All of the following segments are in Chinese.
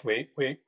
喂，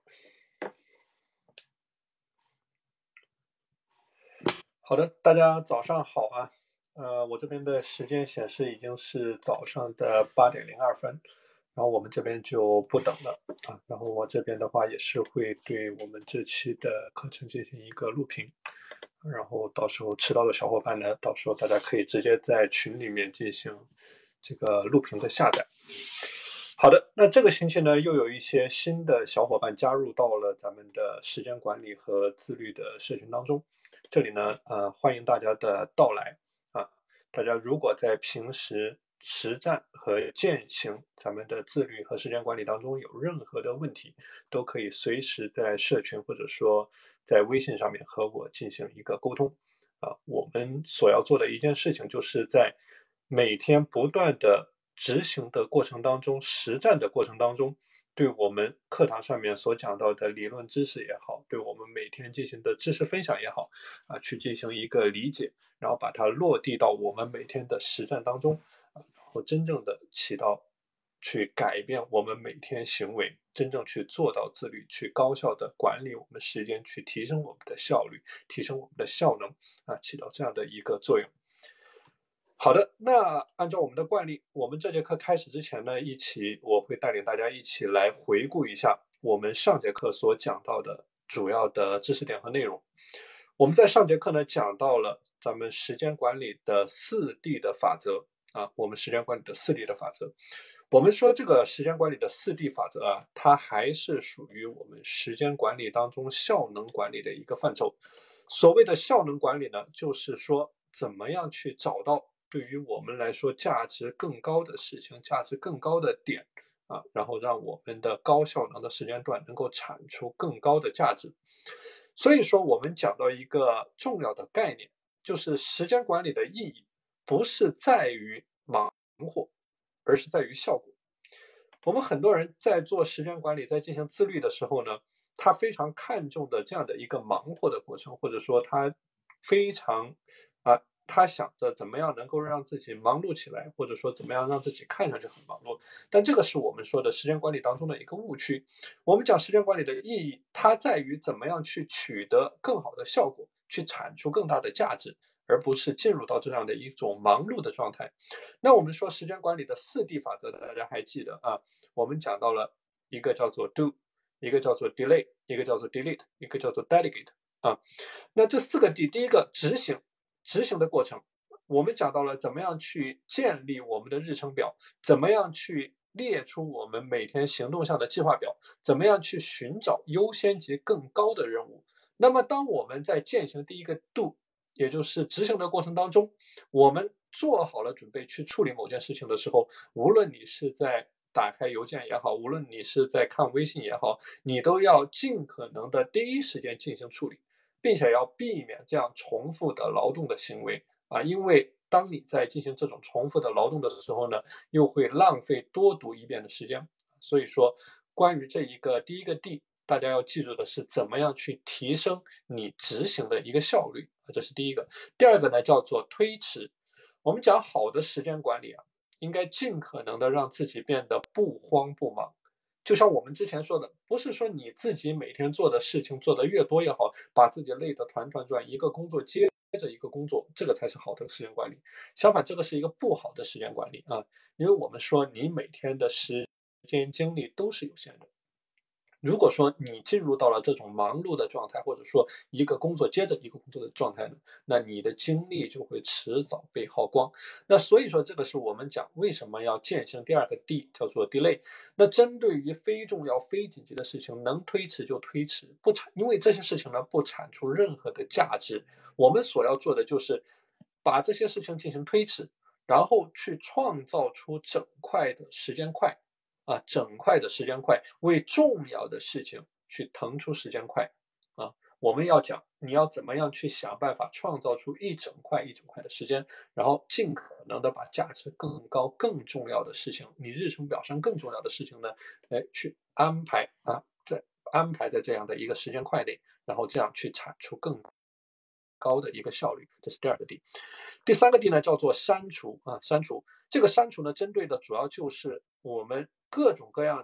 好的，大家早上好啊。我这边的时间显示已经是早上的8:02，然后我们这边就不等了啊。然后我这边的话也是会对我们这期的课程进行一个录屏，然后到时候迟到的小伙伴呢，到时候大家可以直接在群里面进行这个录屏的下载。好的，那这个星期呢，又有一些新的小伙伴加入到了咱们的时间管理和自律的社群当中。这里呢，欢迎大家的到来啊！大家如果在平时实战和践行咱们的自律和时间管理当中有任何的问题，都可以随时在社群或者说在微信上面和我进行一个沟通啊。我们所要做的一件事情，就是在每天不断的执行的过程当中，实战的过程当中，对我们课堂上面所讲到的理论知识也好，对我们每天进行的知识分享也好，去进行一个理解，然后把它落地到我们每天的实战当中，然后真正的起到去改变我们每天行为，真正去做到自律，去高效的管理我们时间，去提升我们的效率，提升我们的效能起到这样的一个作用。好的，那按照我们的惯例，我们这节课开始之前呢，我会带领大家一起来回顾一下我们上节课所讲到的主要的知识点和内容。我们在上节课呢讲到了咱们时间管理的4D 的法则啊，我们时间管理的4D 的法则。我们说这个时间管理的4D 法则啊，它还是属于我们时间管理当中效能管理的一个范畴。所谓的效能管理呢，就是说怎么样去找到对于我们来说价值更高的事情，价值更高的点啊，然后让我们的高效能的时间段能够产出更高的价值。所以说我们讲到一个重要的概念，就是时间管理的意义不是在于忙活，而是在于效果。我们很多人在做时间管理，在进行自律的时候呢，他非常看重的这样的一个忙活的过程，或者说他非常他想着怎么样能够让自己忙碌起来，或者说怎么样让自己看上去很忙碌。但这个是我们说的时间管理当中的一个误区。我们讲时间管理的意义，它在于怎么样去取得更好的效果，去产出更大的价值，而不是进入到这样的一种忙碌的状态。那我们说时间管理的4D 法则，大家还记得啊？我们讲到了一个叫做 do， 一个叫做 delay， 一个叫做 delete， 一个叫做 delegate 啊。那这4个 D， 第一个执行的过程，我们讲到了怎么样去建立我们的日程表，怎么样去列出我们每天行动上的计划表，怎么样去寻找优先级更高的任务。那么当我们在践行第一个 do， 也就是执行的过程当中，我们做好了准备去处理某件事情的时候，无论你是在打开邮件也好，无论你是在看微信也好，你都要尽可能的第一时间进行处理，并且要避免这样重复的劳动的行为啊，因为当你在进行这种重复的劳动的时候呢，又会浪费多读一遍的时间。所以说，关于这一个第一个 D， 大家要记住的是怎么样去提升你执行的一个效率，这是第一个。第二个呢，叫做推迟。我们讲好的时间管理啊，应该尽可能的让自己变得不慌不忙。就像我们之前说的，不是说你自己每天做的事情做得越多越好，把自己累得团团转，一个工作接着一个工作，这个才是好的时间管理。相反，这个是一个不好的时间管理啊，因为我们说你每天的时间精力都是有限的。如果说你进入到了这种忙碌的状态，或者说一个工作接着一个工作的状态呢，那你的精力就会迟早被耗光。那所以说，这个是我们讲为什么要践行第二个 D， 叫做 delay。那针对于非重要、非紧急的事情，能推迟就推迟，因为这些事情呢不产出任何的价值。我们所要做的就是把这些事情进行推迟，然后去创造出整块的时间块。整块的时间块，为重要的事情去腾出时间块啊。我们要讲，你要怎么样去想办法创造出一整块一整块的时间，然后尽可能的把价值更高、更重要的事情，你日程表上更重要的事情呢，去安排在这样的一个时间块内，然后这样去产出更高的一个效率，这是第二个 D。第三个 D 呢，叫做删除。这个删除呢，针对的主要就是我们各种各样的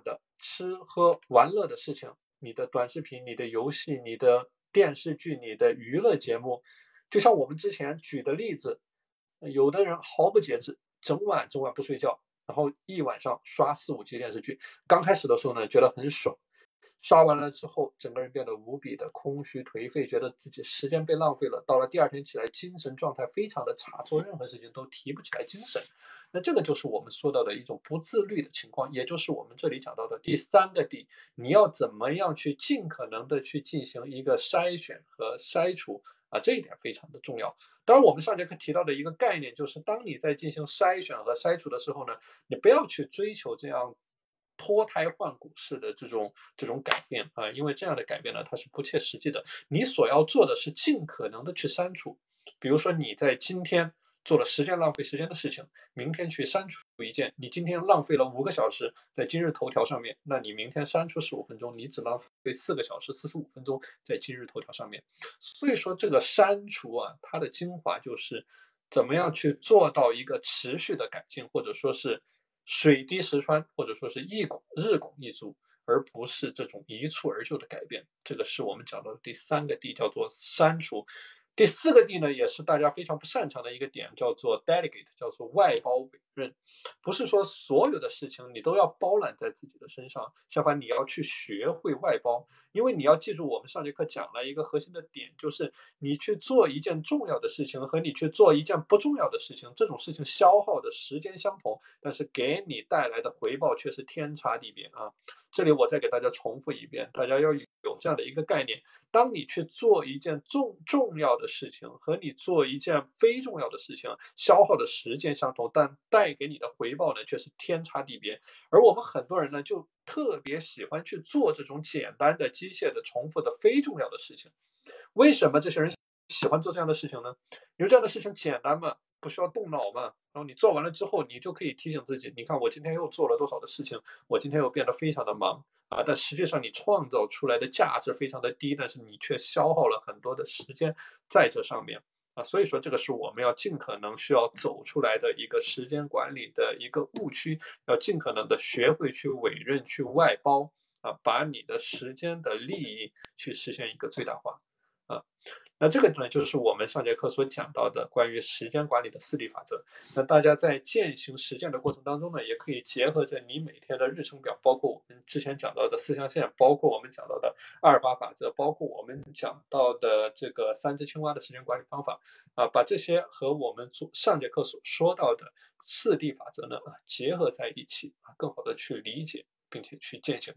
吃喝玩乐的事情，你的短视频、你的游戏、你的电视剧、你的娱乐节目，就像我们之前举的例子，有的人毫不节制，整晚不睡觉，然后一晚上刷4、5集电视剧。刚开始的时候呢，觉得很爽，刷完了之后，整个人变得无比的空虚颓废，觉得自己时间被浪费了。到了第二天起来，精神状态非常的差，做任何事情都提不起来精神。那这个就是我们说到的一种不自律的情况，也就是我们这里讲到的第三个 D，你要怎么样去尽可能的去进行一个筛选和筛除啊，这一点非常的重要。当然，我们上节课提到的一个概念就是，当你在进行筛选和筛除的时候呢，你不要去追求这样脱胎换骨式的这种改变啊，因为这样的改变呢，它是不切实际的。你所要做的是尽可能的去删除，比如说你在今天做了时间浪费时间的事情，明天去删除一件，你今天浪费了5个小时在今日头条上面，那你明天删除15分钟，你只浪费4个小时45分钟在今日头条上面。所以说这个删除啊，它的精华就是怎么样去做到一个持续的改进，或者说是水滴石穿，或者说是日拱一卒，而不是这种一蹴而就的改变。这个是我们讲到的第三个 D，叫做删除。第四个 D 呢，也是大家非常不擅长的一个点，叫做 delegate，叫做外包委任。不是说所有的事情你都要包揽在自己的身上，相反你要去学会外包。因为你要记住，我们上节课讲了一个核心的点，就是你去做一件重要的事情和你去做一件不重要的事情，这种事情消耗的时间相同，但是给你带来的回报却是天差地别啊。这里我再给大家重复一遍，大家要有这样的一个概念：当你去做一件重要的事情和你做一件非重要的事情，消耗的时间相同，但带给你的回报呢却是天差地别。而我们很多人呢，就特别喜欢去做这种简单的、机械的、重复的、非重要的事情。为什么这些人喜欢做这样的事情呢？因为这样的事情简单嘛，不需要动脑嘛。然后你做完了之后，你就可以提醒自己，你看我今天又做了多少的事情，我今天又变得非常的忙啊。但实际上你创造出来的价值非常的低，但是你却消耗了很多的时间在这上面。啊，所以说这个是我们要尽可能需要走出来的一个时间管理的一个误区，要尽可能的学会去委任、去外包啊，把你的时间的利益去实现一个最大化啊。那这个呢，就是我们上节课所讲到的关于时间管理的4D 法则。那大家在践行实践的过程当中呢，也可以结合着你每天的日程表，包括我们之前讲到的4象限，包括我们讲到的228法则，包括我们讲到的这个3只青蛙的时间管理方法啊，把这些和我们上节课所说到的4D 法则呢结合在一起啊，更好的去理解并且去践行。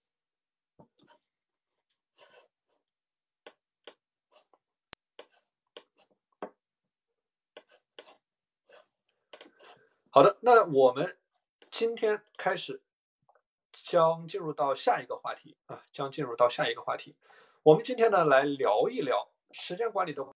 好的，那我们今天开始将进入到下一个话题啊，将进入到下一个话题。我们今天呢来聊一聊时间管理的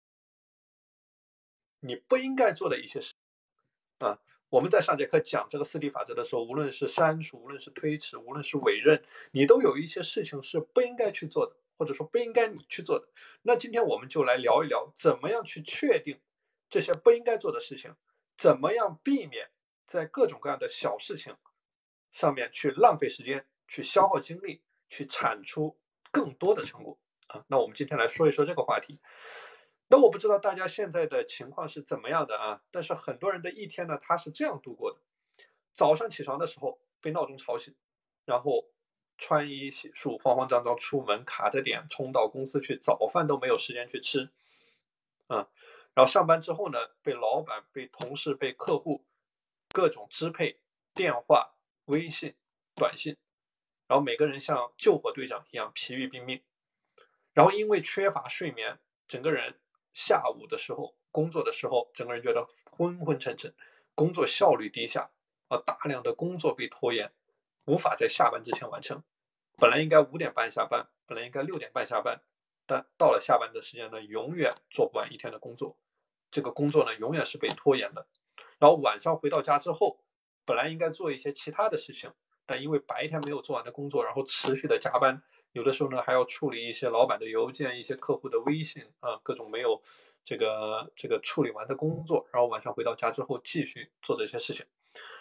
你不应该做的一些事啊。我们在上节课讲这个4D 法则的时候，无论是删除，无论是推迟，无论是委任，你都有一些事情是不应该去做的，或者说不应该你去做的。那今天我们就来聊一聊，怎么样去确定这些不应该做的事情，怎么样避免在各种各样的小事情上面去浪费时间，去消耗精力，去产出更多的成果啊。那我们今天来说一说这个话题。那我不知道大家现在的情况是怎么样的啊？但是很多人的一天呢，他是这样度过的：早上起床的时候被闹钟吵醒，然后穿衣洗漱，慌慌张张出门，卡着点冲到公司去，早饭都没有时间去吃啊。然后上班之后呢，被老板、被同事、被客户各种支配电话、微信、短信，然后每个人像救火队长一样疲于奔命，然后因为缺乏睡眠，整个人下午的时候工作的时候，整个人觉得昏昏沉沉，工作效率低下啊，大量的工作被拖延，无法在下班之前完成。本来应该5点半下班，本来应该6点半下班，但到了下班的时间呢，永远做不完一天的工作。这个工作呢，永远是被拖延的。然后晚上回到家之后，本来应该做一些其他的事情，但因为白天没有做完的工作，然后持续的加班，有的时候呢还要处理一些老板的邮件、一些客户的微信啊，各种没有这个处理完的工作，然后晚上回到家之后继续做这些事情。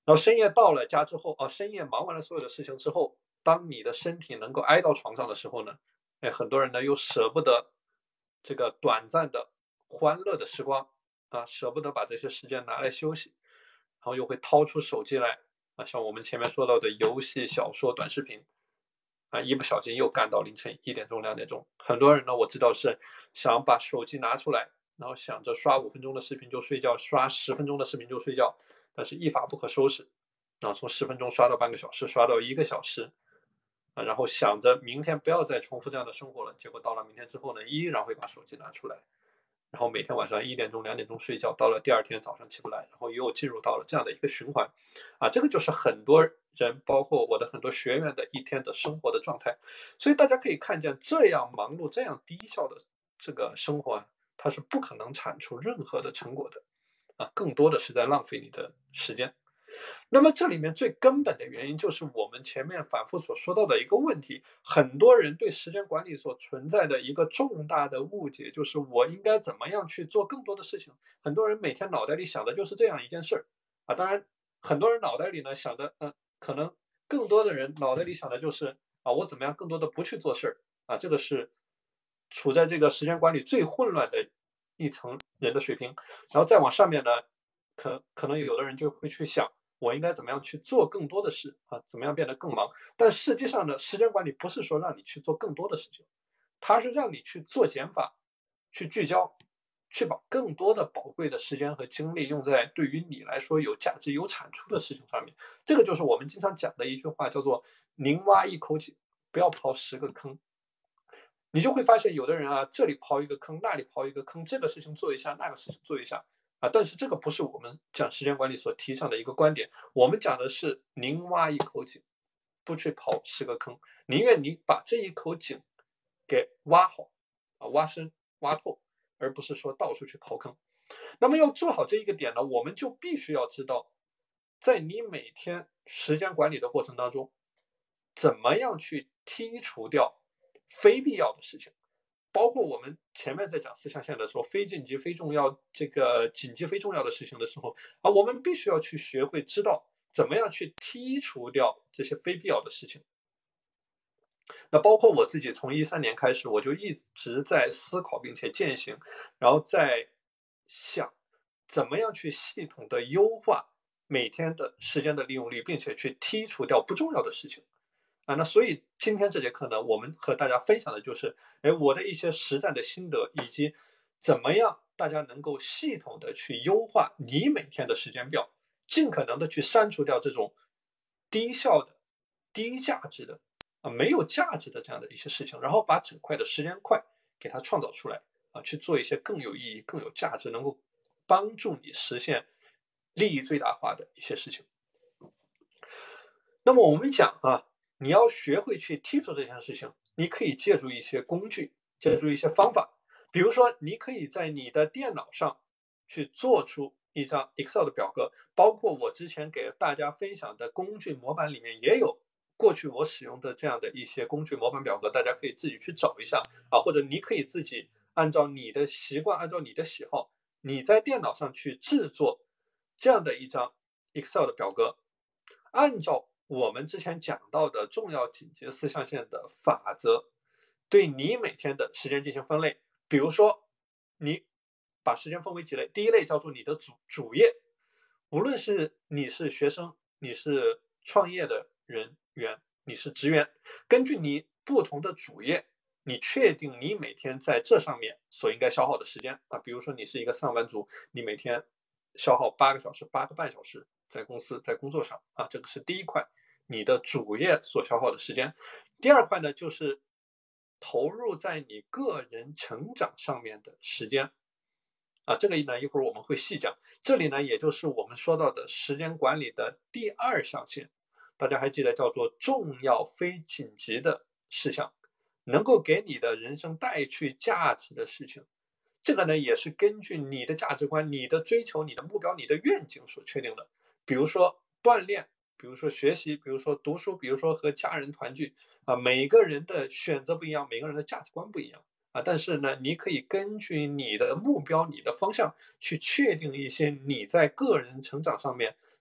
然后深夜到了家之后，深夜忙完了所有的事情之后，当你的身体能够挨到床上的时候呢，很多人呢又舍不得这个短暂的欢乐的时光舍不得把这些时间拿来休息，然后又会掏出手机来像我们前面说到的游戏、小说、短视频一不小心又干到凌晨1点钟、2点钟。很多人呢，我知道是想把手机拿出来，然后想着刷5分钟的视频就睡觉，刷10分钟的视频就睡觉，但是一发不可收拾，从10分钟刷到半个小时，刷到1个小时，然后想着明天不要再重复这样的生活了，结果到了明天之后呢，依然会把手机拿出来，然后每天晚上1点钟、2点钟睡觉，到了第二天早上起不来，然后又进入到了这样的一个循环，这个就是很多人，包括我的很多学员的一天的生活的状态。所以大家可以看见，这样忙碌、这样低效的这个生活它是不可能产出任何的成果的更多的是在浪费你的时间。那么这里面最根本的原因就是我们前面反复所说到的一个问题，很多人对时间管理所存在的一个重大的误解，就是我应该怎么样去做更多的事情。很多人每天脑袋里想的就是这样一件事儿当然很多人脑袋里呢想的可能更多的人脑袋里想的就是我怎么样更多的不去做事儿这个是处在这个时间管理最混乱的一层人的水平。然后再往上面呢，可能有的人就会去想，我应该怎么样去做更多的事怎么样变得更忙。但实际上呢，时间管理不是说让你去做更多的事情，它是让你去做减法，去聚焦，去把更多的宝贵的时间和精力用在对于你来说有价值、有产出的事情上面。这个就是我们经常讲的一句话，叫做宁挖一口井，不要刨10个坑。你就会发现有的人这里刨一个坑，那里刨一个坑，这个事情做一下，那个事情做一下但是这个不是我们讲时间管理所提倡的一个观点。我们讲的是宁挖一口井，不去刨10个坑，宁愿你把这一口井给挖好挖深挖透，而不是说到处去刨坑。那么要做好这一个点呢，我们就必须要知道，在你每天时间管理的过程当中，怎么样去剔除掉非必要的事情。包括我们前面在讲四象限的时候，非紧急、非重要，这个紧急、非重要的事情的时候我们必须要去学会知道怎么样去剔除掉这些非必要的事情。那包括我自己从13年开始，我就一直在思考并且践行，然后在想怎么样去系统的优化每天的时间的利用率，并且去剔除掉不重要的事情那所以今天这节课呢，我们和大家分享的就是我的一些实战的心得，以及怎么样大家能够系统的去优化你每天的时间表，尽可能的去删除掉这种低效的、低价值的没有价值的这样的一些事情，然后把整块的时间块给它创造出来去做一些更有意义、更有价值，能够帮助你实现利益最大化的一些事情。那么我们讲你要学会去剔除这件事情，你可以借助一些工具，借助一些方法。比如说，你可以在你的电脑上去做出一张 Excel 的表格，包括我之前给大家分享的工具模板里面也有过去我使用的这样的一些工具模板表格，大家可以自己去找一下或者你可以自己按照你的习惯，按照你的喜好，你在电脑上去制作这样的一张 Excel 的表格，按照我们之前讲到的重要紧急四象限的法则，对你每天的时间进行分类。比如说，你把时间分为几类，第一类叫做你的主业，无论是你是学生，你是创业的人员，你是职员，根据你不同的主业，你确定你每天在这上面所应该消耗的时间比如说你是一个上班族，你每天消耗8个小时、8个半小时在公司在工作上这个是第一块，你的主业所消耗的时间。第二块呢，就是投入在你个人成长上面的时间这个呢一会儿我们会细讲。这里呢也就是我们说到的时间管理的第2象限，大家还记得叫做重要非紧急的事项，能够给你的人生带去价值的事情。这个呢也是根据你的价值观、你的追求、你的目标、你的愿景所确定的。比如说锻炼，比如说学习，比如说读书，比如说和家人团聚每个人的选择不一样，每个人的价值观不一样但是呢，你可以根据你的目标、你的方向去确定一些你在个人成长上面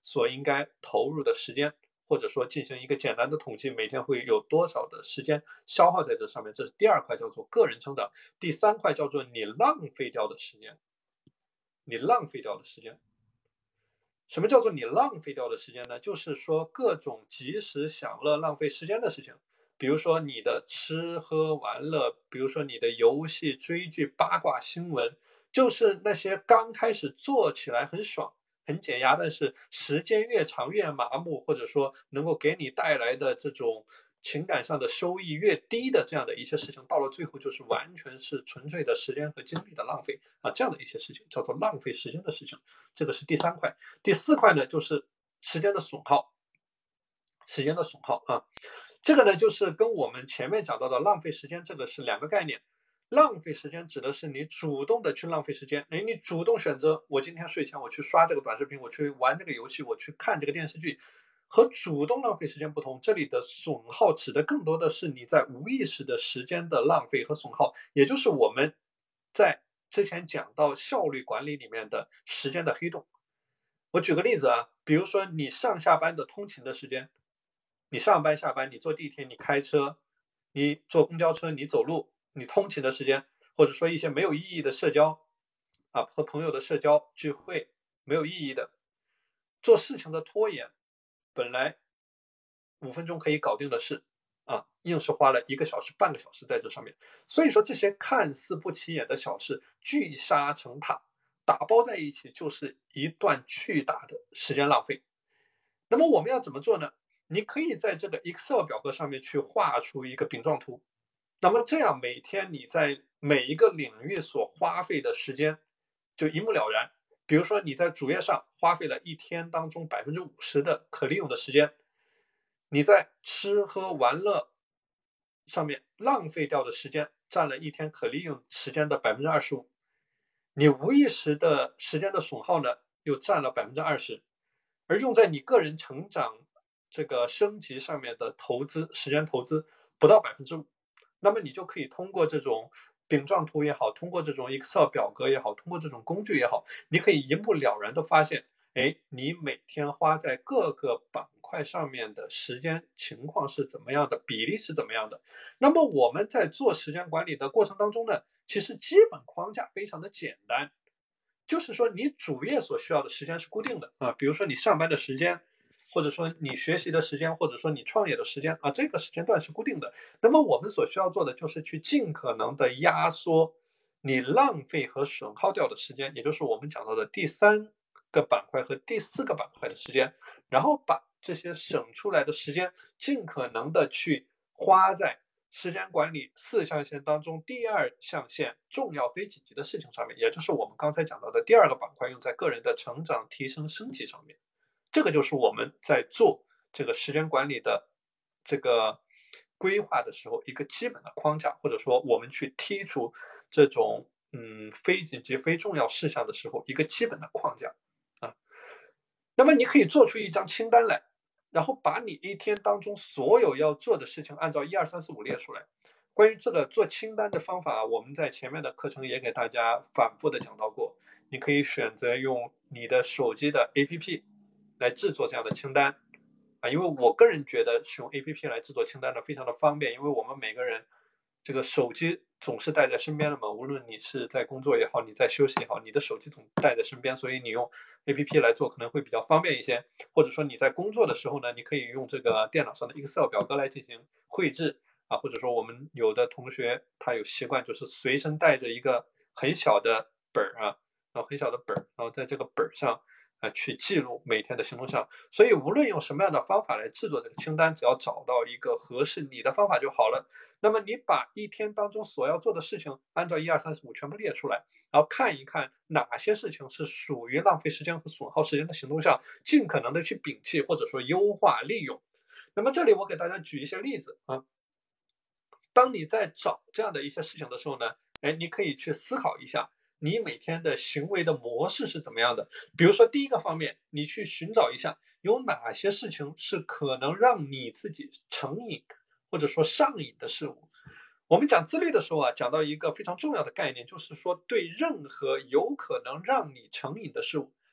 所应该投入的时间，或者说进行一个简单的统计，每天会有多少的时间消耗在这上面，这是第二块叫做个人成长。第三块叫做你浪费掉的时间，你浪费掉的时间。什么叫做你浪费掉的时间呢？就是说各种及时享乐浪费时间的事情，比如说你的吃喝玩乐，比如说你的游戏、追剧、八卦新闻，就是那些刚开始做起来很爽、很解压，但是时间越长越麻木，或者说能够给你带来的这种情感上的收益越低的这样的一些事情，到了最后就是完全是纯粹的时间和精力的浪费啊，这样的一些事情叫做浪费时间的事情，这个是第三块。第四块呢，就是时间的损耗，时间的损耗啊，这个呢就是跟我们前面讲到的浪费时间，这个是两个概念。浪费时间指的是你主动的去浪费时间，你主动选择，我今天睡前我去刷这个短视频，我去玩这个游戏，我去看这个电视剧，和主动浪费时间不同，这里的损耗指的更多的是你在无意识的时间的浪费和损耗，也就是我们在之前讲到效率管理里面的时间的黑洞。我举个例子啊，比如说你上下班的通勤的时间，你上班下班，你坐地铁，你开车，你坐公交车，你走路，你通勤的时间，或者说一些没有意义的社交啊，和朋友的社交聚会没有意义的，做事情的拖延，本来5分钟可以搞定的事啊，硬是花了1个小时、半个小时在这上面。所以说这些看似不起眼的小事，聚沙成塔，打包在一起就是一段巨大的时间浪费。那么我们要怎么做呢？你可以在这个 Excel 表格上面去画出一个饼状图，那么这样每天你在每一个领域所花费的时间就一目了然。比如说你在主页上花费了一天当中50%的可利用的时间，你在吃喝玩乐上面浪费掉的时间占了一天可利用时间的25%，你无意识的时间的损耗呢又占了20%，而用在你个人成长这个升级上面的投资时间投资不到5%，那么你就可以通过这种饼状图也好，通过这种 Excel 表格也好，通过这种工具也好，你可以一目了然的发现，你每天花在各个板块上面的时间情况是怎么样的，比例是怎么样的。那么我们在做时间管理的过程当中呢，其实基本框架非常的简单，就是说你主业所需要的时间是固定的啊，比如说你上班的时间，或者说你学习的时间，或者说你创业的时间啊，这个时间段是固定的。那么我们所需要做的就是去尽可能的压缩你浪费和损耗掉的时间，也就是我们讲到的第三个板块和第四个板块的时间，然后把这些省出来的时间尽可能的去花在时间管理4象限当中第2象限重要非紧急的事情上面，也就是我们刚才讲到的第2个板块，用在个人的成长、提升、升级上面。这个就是我们在做这个时间管理的这个规划的时候一个基本的框架，或者说我们去剔除这种非紧急、非重要事项的时候一个基本的框架啊。那么你可以做出一张清单来，然后把你一天当中所有要做的事情按照1、2、3、4、5列出来。关于这个做清单的方法，我们在前面的课程也给大家反复的讲到过。你可以选择用你的手机的 APP 来制作这样的清单啊，因为我个人觉得使用 APP 来制作清单呢非常的方便，因为我们每个人这个手机总是带在身边的嘛，无论你是在工作也好，你在休息也好，你的手机总带在身边，所以你用 APP 来做可能会比较方便一些。或者说你在工作的时候呢，你可以用这个电脑上的 Excel 表格来进行绘制啊，或者说我们有的同学他有习惯就是随身带着一个很小的本啊，然后很小的本，然后在这个本上去记录每天的行动项。所以无论用什么样的方法来制作这个清单，只要找到一个合适你的方法就好了。那么你把一天当中所要做的事情按照1、2、3、4、5全部列出来，然后看一看哪些事情是属于浪费时间和损耗时间的行动项，尽可能的去摒弃或者说优化利用。那么这里我给大家举一些例子啊，当你在找这样的一些事情的时候呢，你可以去思考一下你每天的行为的模式是怎么样的。比如说第一个方面，你去寻找一下有哪些事情是可能让你自己成瘾或者说上瘾的事物。我们讲自律的时候啊，讲到一个非常重要的概念，就是说对任何有可能让你成瘾的事物，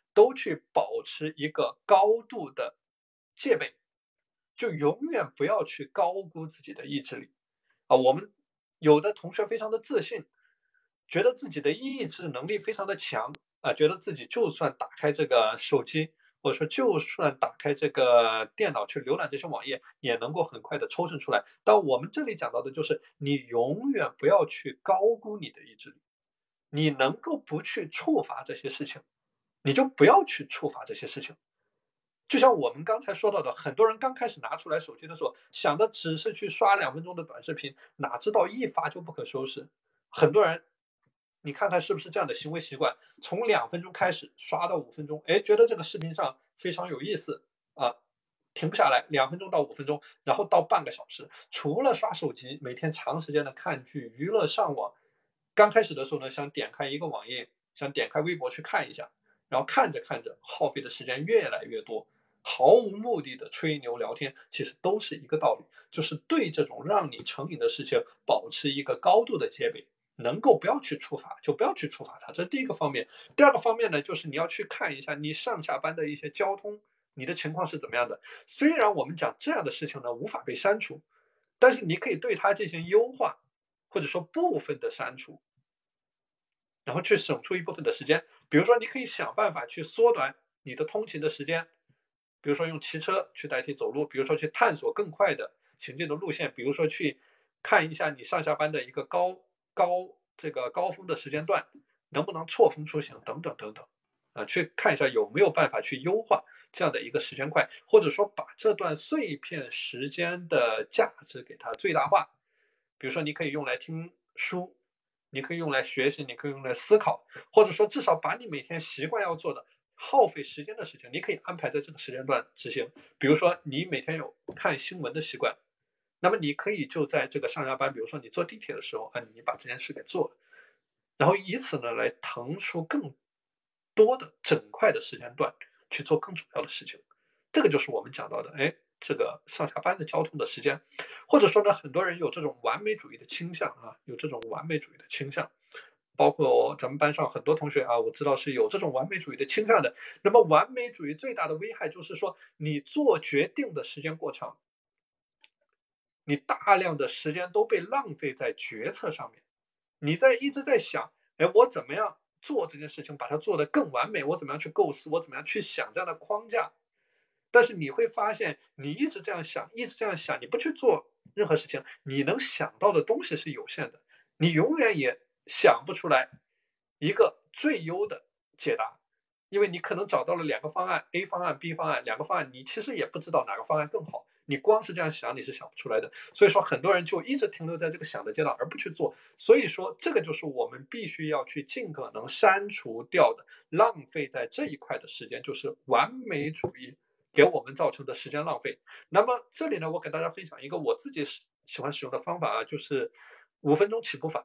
都去保持一个高度的戒备，就永远不要去高估自己的意志力啊。我们有的同学非常的自信，觉得自己的意志能力非常的强啊，觉得自己就算打开这个手机，或者说就算打开这个电脑去浏览这些网页，也能够很快的抽身出来。但我们这里讲到的就是，你永远不要去高估你的意志力，你能够不去触发这些事情，你就不要去触发这些事情。就像我们刚才说到的，很多人刚开始拿出来手机的时候，想的只是去刷2分钟的短视频，哪知道一发就不可收拾。很多人，你看看是不是这样的行为习惯？从2分钟开始刷到5分钟，哎，觉得这个视频上非常有意思啊，停不下来，2分钟到5分钟，然后到半个小时，除了刷手机，每天长时间的看剧、娱乐、上网。刚开始的时候呢，想点开一个网页，想点开微博去看一下，然后看着看着，耗费的时间越来越多。毫无目的的吹牛聊天，其实都是一个道理，就是对这种让你成瘾的事情保持一个高度的戒备，能够不要去触发就不要去触发它，这是第一个方面。第二个方面呢，就是你要去看一下你上下班的一些交通，你的情况是怎么样的。虽然我们讲这样的事情呢无法被删除，但是你可以对它进行优化，或者说部分的删除，然后去省出一部分的时间。比如说，你可以想办法去缩短你的通勤的时间，比如说用骑车去代替走路，比如说去探索更快的行进的路线，比如说去看一下你上下班的一个高峰的时间段，能不能错峰出行等等等等，去看一下有没有办法去优化这样的一个时间块，或者说把这段碎片时间的价值给它最大化。比如说，你可以用来听书，你可以用来学习，你可以用来思考，或者说至少把你每天习惯要做的耗费时间的事情，你可以安排在这个时间段执行。比如说，你每天有看新闻的习惯，那么你可以就在这个上下班，比如说你坐地铁的时候，你把这件事给做了，然后以此呢来腾出更多的整块的时间段去做更主要的事情。这个就是我们讲到的，哎，这个上下班的交通的时间，或者说呢，很多人有这种完美主义的倾向啊，有这种完美主义的倾向。包括咱们班上很多同学啊，我知道是有这种完美主义的倾向的。那么，完美主义最大的危害就是说，你做决定的时间过长，你大量的时间都被浪费在决策上面。你一直在想，哎，我怎么样做这件事情，把它做得更完美？我怎么样去构思？我怎么样去想这样的框架？但是你会发现，你一直这样想，一直这样想，你不去做任何事情，你能想到的东西是有限的，你永远也想不出来一个最优的解答，因为你可能找到了2个方案，A 方案、B 方案，2个方案，你其实也不知道哪个方案更好。你光是这样想，你是想不出来的。所以说，很多人就一直停留在这个想的阶段，而不去做。所以说，这个就是我们必须要去尽可能删除掉的，浪费在这一块的时间，就是完美主义给我们造成的时间浪费。那么这里呢，我给大家分享一个我自己喜欢使用的方法啊，就是5分钟起步法。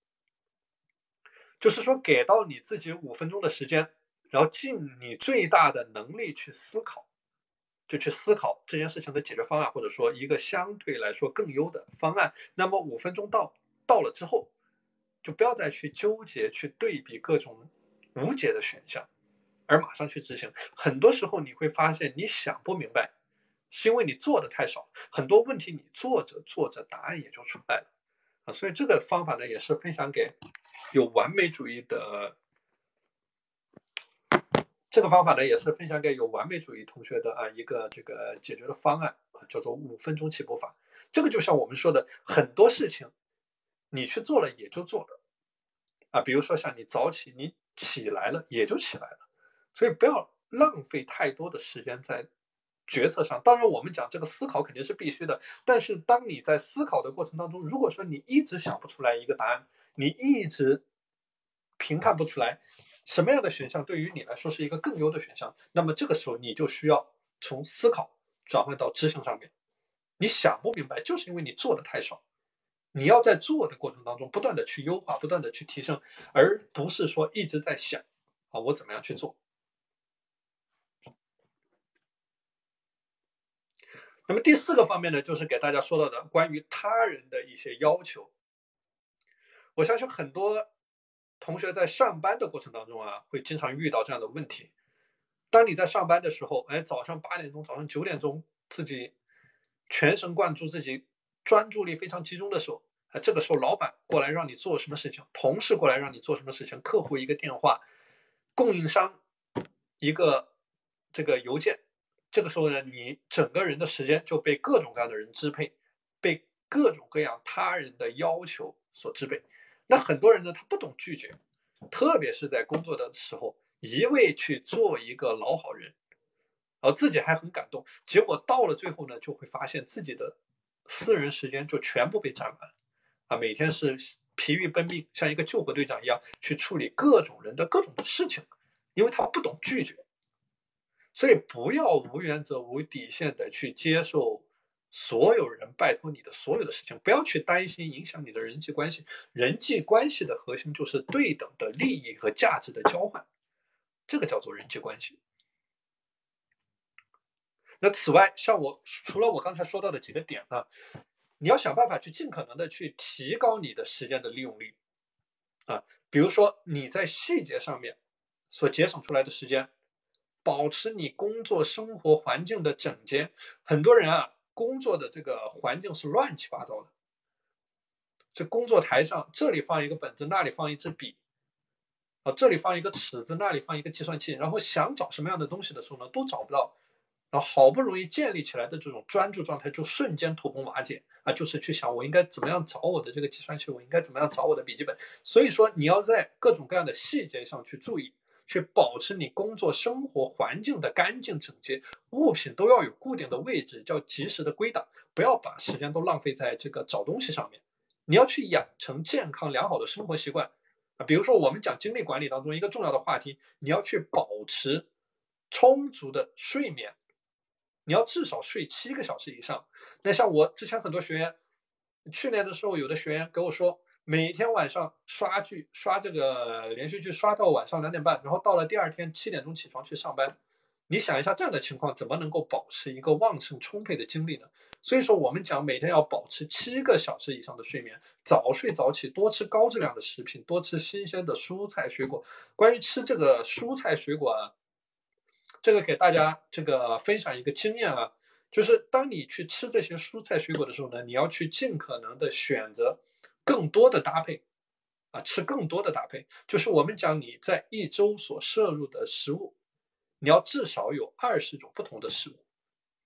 就是说，给到你自己5分钟的时间，然后尽你最大的能力去思考，就去思考这件事情的解决方案，或者说一个相对来说更优的方案。那么5分钟到了之后，就不要再去纠结、去对比各种无解的选项，而马上去执行。很多时候你会发现，你想不明白，是因为你做的太少，很多问题你做着做着，答案也就出来了。所以这个方法呢，也是分享给有完美主义的这个方法呢，也是分享给有完美主义同学的一个这个解决的方案叫做5分钟起步法。这个就像我们说的，很多事情你去做了也就做了比如说像你早起，你起来了也就起来了，所以不要浪费太多的时间在决策上。当然，我们讲这个思考肯定是必须的，但是当你在思考的过程当中，如果说你一直想不出来一个答案，你一直评判不出来什么样的选项对于你来说是一个更优的选项，那么这个时候你就需要从思考转换到执行上面。你想不明白，就是因为你做的太少。你要在做的过程当中不断的去优化，不断的去提升，而不是说一直在想我怎么样去做。那么第四个方面呢，就是给大家说到的关于他人的一些要求。我相信很多同学在上班的过程当中会经常遇到这样的问题。 当你在上班的时候，早上8点钟、早上9点钟，自己全神贯注、自己专注力非常集中的时候，这个时候老板过来让你做什么事情，同事过来让你做什么事情，客户一个电话，供应商一个这个邮件，这个时候呢，你整个人的时间就被各种各样的人支配，被各种各样他人的要求所支配。那很多人呢，他不懂拒绝，特别是在工作的时候，一味去做一个老好人，自己还很感动，结果到了最后呢，就会发现自己的私人时间就全部被占满，每天是疲于奔命，像一个救火队长一样去处理各种人的各种的事情，因为他不懂拒绝。所以不要无原则、无底线的去接受所有人拜托你的所有的事情，不要去担心影响你的人际关系。人际关系的核心就是对等的利益和价值的交换，这个叫做人际关系。那此外，像除了我刚才说到的几个点呢，你要想办法去尽可能的去提高你的时间的利用率比如说你在细节上面所节省出来的时间，保持你工作生活环境的整洁。很多人工作的这个环境是乱七八糟的，这工作台上这里放一个本子，那里放一支笔，这里放一个尺子，那里放一个计算器，然后想找什么样的东西的时候呢，都找不到。然后好不容易建立起来的这种专注状态，就瞬间土崩瓦解就是去想我应该怎么样找我的这个计算器，我应该怎么样找我的笔记本。所以说，你要在各种各样的细节上去注意，去保持你工作生活环境的干净整洁，物品都要有固定的位置，叫及时的归档，不要把时间都浪费在这个找东西上面。你要去养成健康良好的生活习惯比如说我们讲精力管理当中一个重要的话题，你要去保持充足的睡眠。你要至少睡7个小时以上。那像我之前很多学员，去年的时候，有的学员给我说，每天晚上刷这个连续剧刷到晚上2点半，然后到了第二天7点钟起床去上班。你想一下，这样的情况怎么能够保持一个旺盛充沛的精力呢？所以说，我们讲每天要保持7个小时以上的睡眠，早睡早起，多吃高质量的食品，多吃新鲜的蔬菜水果。关于吃这个蔬菜水果这个给大家这个分享一个经验就是当你去吃这些蔬菜水果的时候呢，你要去尽可能的选择更多的搭配吃更多的搭配。就是我们讲你在一周所摄入的食物，你要至少有20种不同的食物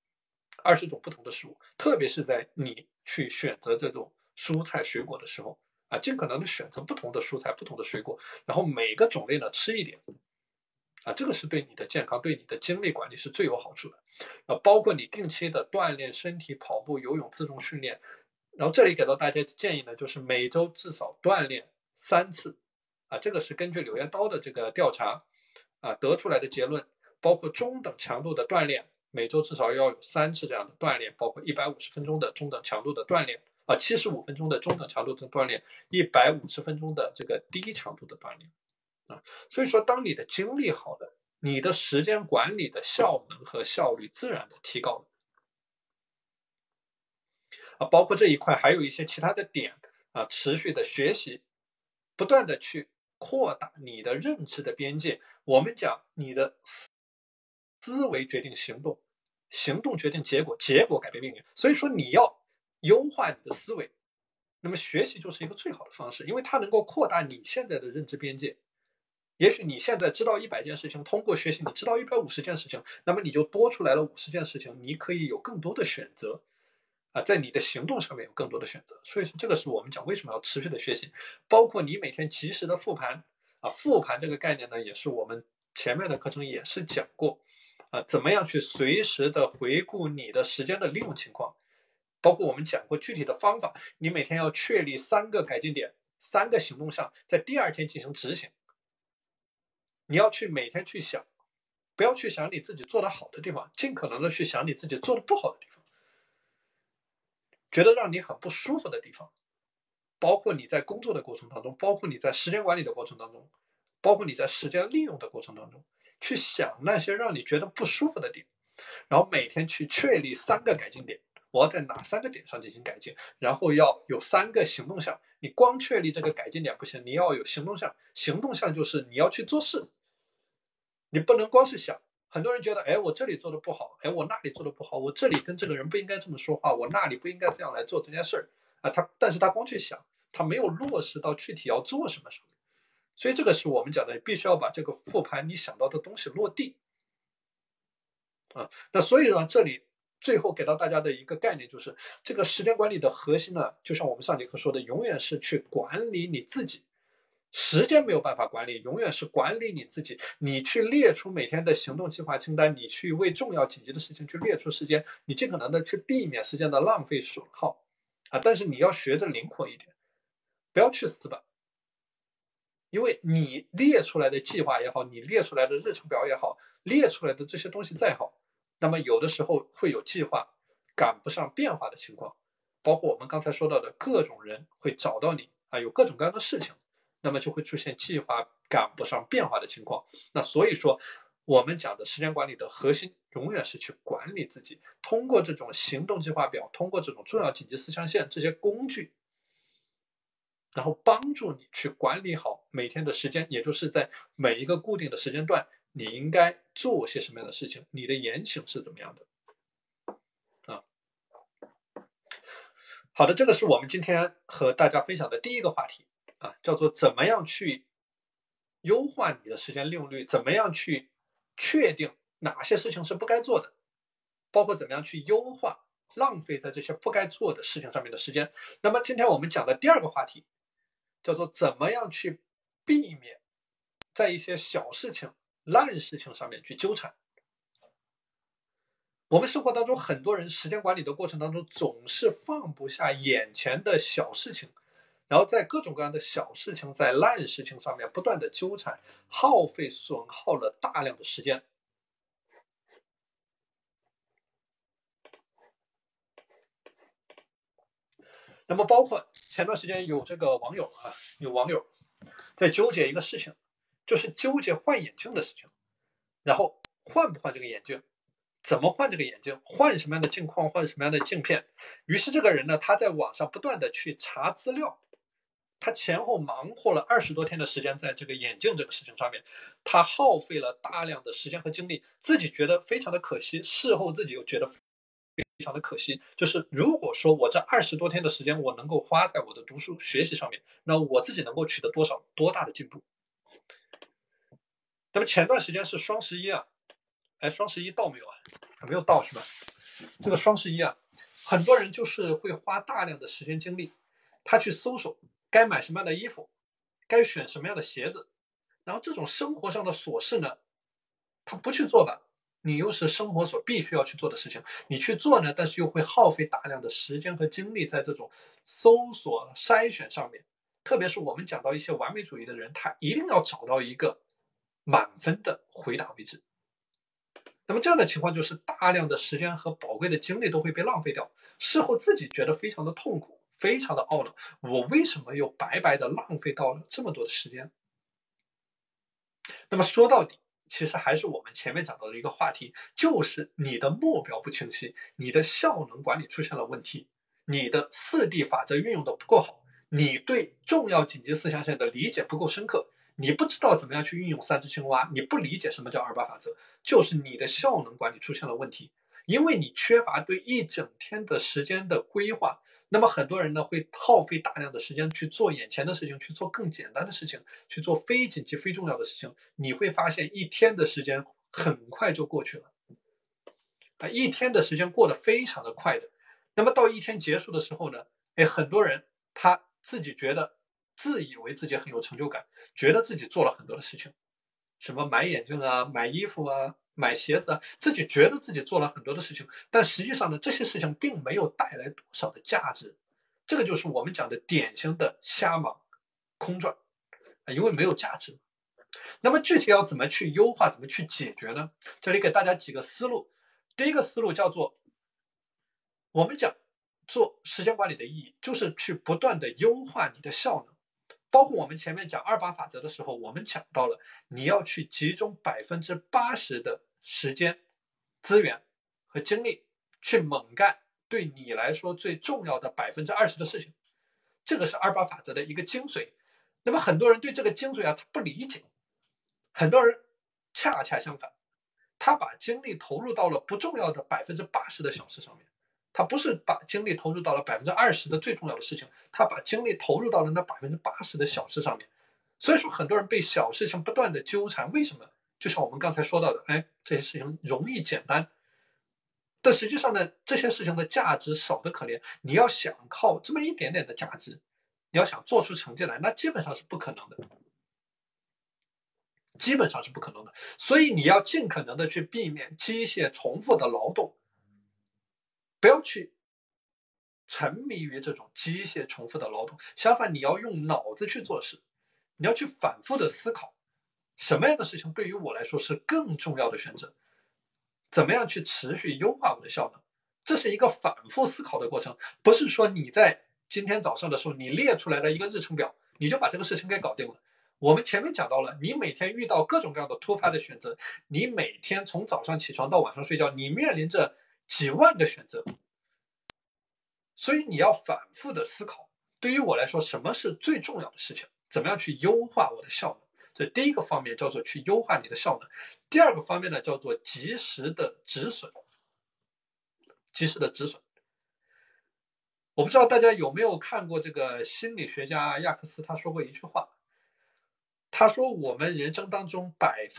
，20种不同的食物，特别是在你去选择这种蔬菜水果的时候尽可能的选择不同的蔬菜、不同的水果，然后每个种类呢吃一点。这个是对你的健康、对你的精力管理是最有好处的。包括你定期的锻炼身体，跑步、游泳、自重训练。然后这里给到大家建议呢，就是每周至少锻炼3次。这个是根据柳叶刀的这个调查得出来的结论。包括中等强度的锻炼，每周至少要有3次这样的锻炼，包括150分钟的中等强度的锻炼75分钟的中等强度的锻炼，150分钟的这个低强度的锻炼。所以说，当你的精力好了，你的时间管理的效能和效率自然的提高了包括这一块还有一些其他的点持续的学习，不断的去扩大你的认知的边界。我们讲你的思维决定行动，行动决定结果，结果改变命运。所以说你要优化你的思维，那么学习就是一个最好的方式，因为它能够扩大你现在的认知边界。也许你现在知道100件事情，通过学习你知道150件事情，那么你就多出来了50件事情，你可以有更多的选择在你的行动上面有更多的选择。所以说这个是我们讲为什么要持续的学习，包括你每天及时的复盘复盘这个概念呢，也是我们前面的课程也是讲过怎么样去随时的回顾你的时间的利用情况，包括我们讲过具体的方法，你每天要确立3个改进点，3个行动项，在第2天进行执行。你要去每天去想，不要去想你自己做的好的地方，尽可能的去想你自己做的不好的地方，觉得让你很不舒服的地方，包括你在工作的过程当中，包括你在时间管理的过程当中，包括你在时间利用的过程当中，去想那些让你觉得不舒服的点，然后每天去确立3个改进点，我要在哪3个点上进行改进，然后要有3个行动项。你光确立这个改进点不行，你要有行动项。行动项就是你要去做事，你不能光是想很多人觉得，哎，我这里做的不好，哎，我那里做的不好，我这里跟这个人不应该这么说话，我那里不应该这样来做这件事儿啊。但是他光去想，他没有落实到具体要做什么上面。所以这个是我们讲的，必须要把这个复盘你想到的东西落地啊。那所以呢，这里最后给到大家的一个概念就是，这个时间管理的核心呢，就像我们上节课说的，永远是去管理你自己。时间没有办法管理，永远是管理你自己。你去列出每天的行动计划清单，你去为重要紧急的事情去列出时间，你尽可能的去避免时间的浪费损耗啊。但是你要学着灵活一点，不要去死板。因为你列出来的计划也好，你列出来的日程表也好，列出来的这些东西再好，那么有的时候会有计划赶不上变化的情况，包括我们刚才说到的各种人会找到你啊，有各种各样的事情，那么就会出现计划赶不上变化的情况。那所以说，我们讲的时间管理的核心永远是去管理自己，通过这种行动计划表，通过这种重要紧急四象限这些工具，然后帮助你去管理好每天的时间，也就是在每一个固定的时间段，你应该做些什么样的事情，你的言行是怎么样的啊？好的，这个是我们今天和大家分享的第一个话题啊，叫做怎么样去优化你的时间利用率，怎么样去确定哪些事情是不该做的，包括怎么样去优化浪费在这些不该做的事情上面的时间。那么今天我们讲的第二个话题叫做怎么样去避免在一些小事情、烂事情上面去纠缠。我们生活当中很多人时间管理的过程当中，总是放不下眼前的小事情，然后在各种各样的小事情、在烂事情上面不断的纠缠，耗费损耗了大量的时间。那么包括前段时间有这个网友啊，有网友在纠结一个事情，就是纠结换眼镜的事情，然后换不换这个眼镜，怎么换这个眼镜，换什么样的镜框，换什么样的镜片。于是这个人呢，他在网上不断的去查资料，他前后忙活了20多天的时间在这个眼镜这个事情上面，他耗费了大量的时间和精力，自己觉得非常的可惜，事后自己又觉得非常的可惜。就是如果说我这20多天的时间我能够花在我的读书学习上面，那我自己能够取得多大的进步。那么前段时间是双十一啊，哎，双十一到没有啊？还没有到是吧？这个双十一啊，很多人就是会花大量的时间精力，他去搜索该买什么样的衣服，该选什么样的鞋子，然后这种生活上的琐事呢，他不去做吧，你又是生活所必须要去做的事情，你去做呢，但是又会耗费大量的时间和精力在这种搜索筛选上面。特别是我们讲到一些完美主义的人，他一定要找到一个满分的回答为止。那么这样的情况就是大量的时间和宝贵的精力都会被浪费掉，事后自己觉得非常的痛苦，非常的懊恼，我为什么又白白的浪费到了这么多的时间？那么说到底，其实还是我们前面讲到的一个话题，就是你的目标不清晰，你的效能管理出现了问题，你的4D 法则运用的不够好，你对重要紧急四象限的理解不够深刻，你不知道怎么样去运用三只青蛙，你不理解什么叫28法则，就是你的效能管理出现了问题，因为你缺乏对一整天的时间的规划。那么很多人呢会耗费大量的时间去做眼前的事情，去做更简单的事情，去做非紧急、非重要的事情。你会发现一天的时间很快就过去了，啊，一天的时间过得非常的快的。那么到一天结束的时候呢，哎，很多人他自己觉得自以为自己很有成就感，觉得自己做了很多的事情，什么买眼镜啊、买衣服啊、买鞋子啊，自己觉得自己做了很多的事情，但实际上呢，这些事情并没有带来多少的价值。这个就是我们讲的典型的瞎忙、空转啊，因为没有价值。那么具体要怎么去优化，怎么去解决呢？这里给大家几个思路。第一个思路叫做，我们讲做时间管理的意义，就是去不断的优化你的效能。包括我们前面讲28法则的时候，我们讲到了你要去集中80%的时间、资源和精力去猛干对你来说最重要的20%的事情。这个是28法则的一个精髓。那么很多人对这个精髓啊，他不理解，很多人恰恰相反， 他把精力投入到了不重要的80%的小事上面，他不是把精力投入到了20%的最重要的事情，他把精力投入到了那80%的小事上面。所以说，很多人被小事情不断的纠缠，为什么？就像我们刚才说到的，这些事情容易简单，但实际上呢，这些事情的价值少得可怜。你要想靠这么一点点的价值，你要想做出成绩来，那基本上是不可能的。基本上是不可能的，所以你要尽可能的去避免机械重复的劳动，不要去沉迷于这种机械重复的劳动。相反，你要用脑子去做事，你要去反复的思考，什么样的事情对于我来说是更重要的选择，怎么样去持续优化我的效能。这是一个反复思考的过程，不是说你在今天早上的时候你列出来了一个日程表，你就把这个事情给搞定了。我们前面讲到了，你每天遇到各种各样的突发的选择，你每天从早上起床到晚上睡觉，你面临着几万个选择，所以你要反复的思考。对于我来说，什么是最重要的事情？怎么样去优化我的效能？这第一个方面叫做去优化你的效能，第二个方面呢叫做及时的止损。及时的止损。我不知道大家有没有看过这个心理学家亚克斯，他说过一句话，他说我们人生当中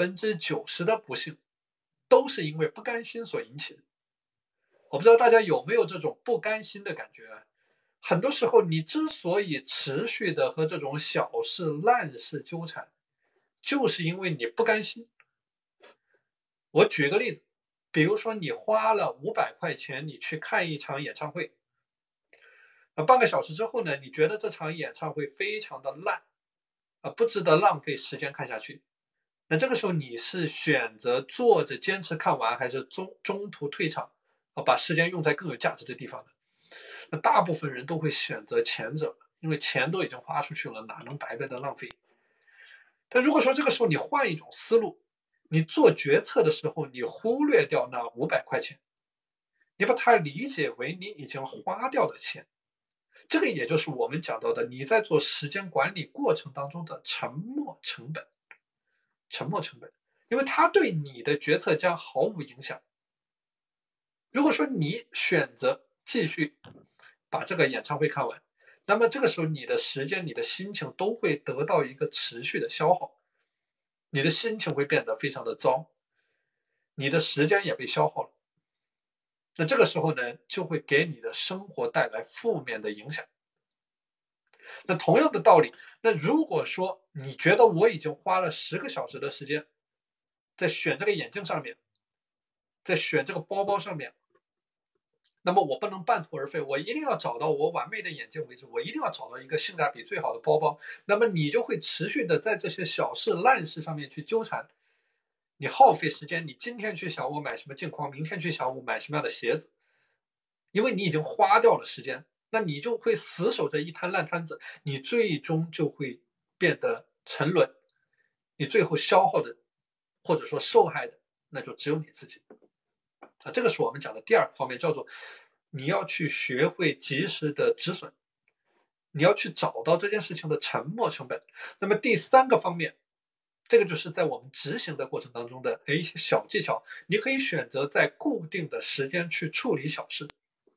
90%的不幸都是因为不甘心所引起的。我不知道大家有没有这种不甘心的感觉啊？很多时候你之所以持续的和这种小事烂事纠缠，就是因为你不甘心。我举个例子，比如说你花了500块钱，你去看一场演唱会，半个小时之后呢，你觉得这场演唱会非常的烂，不值得浪费时间看下去。那这个时候你是选择坐着坚持看完，还是中途退场，把时间用在更有价值的地方呢？那大部分人都会选择前者，因为钱都已经花出去了，哪能白白的浪费？但如果说这个时候你换一种思路，你做决策的时候，你忽略掉那500块钱，你把它理解为你已经花掉的钱，这个也就是我们讲到的，你在做时间管理过程当中的沉没成本。沉没成本，因为它对你的决策将毫无影响。如果说你选择继续把这个演唱会看完，那么这个时候你的时间、你的心情都会得到一个持续的消耗，你的心情会变得非常的糟，你的时间也被消耗了。那这个时候呢，就会给你的生活带来负面的影响。那同样的道理，那如果说你觉得我已经花了10个小时的时间在选这个眼镜上面，在选这个包包上面，那么我不能半途而废，我一定要找到我完美的眼镜为止，我一定要找到一个性价比最好的包包。那么你就会持续的在这些小事烂事上面去纠缠，你耗费时间，你今天去想我买什么镜框，明天去想我买什么样的鞋子，因为你已经花掉了时间，那你就会死守着一滩烂摊子，你最终就会变得沉沦，你最后消耗的或者说受害的，那就只有你自己。这个是我们讲的第二个方面，叫做你要去学会及时的止损，你要去找到这件事情的沉没成本。那么第三个方面，这个就是在我们执行的过程当中的一些小技巧，你可以选择在固定的时间去处理小事。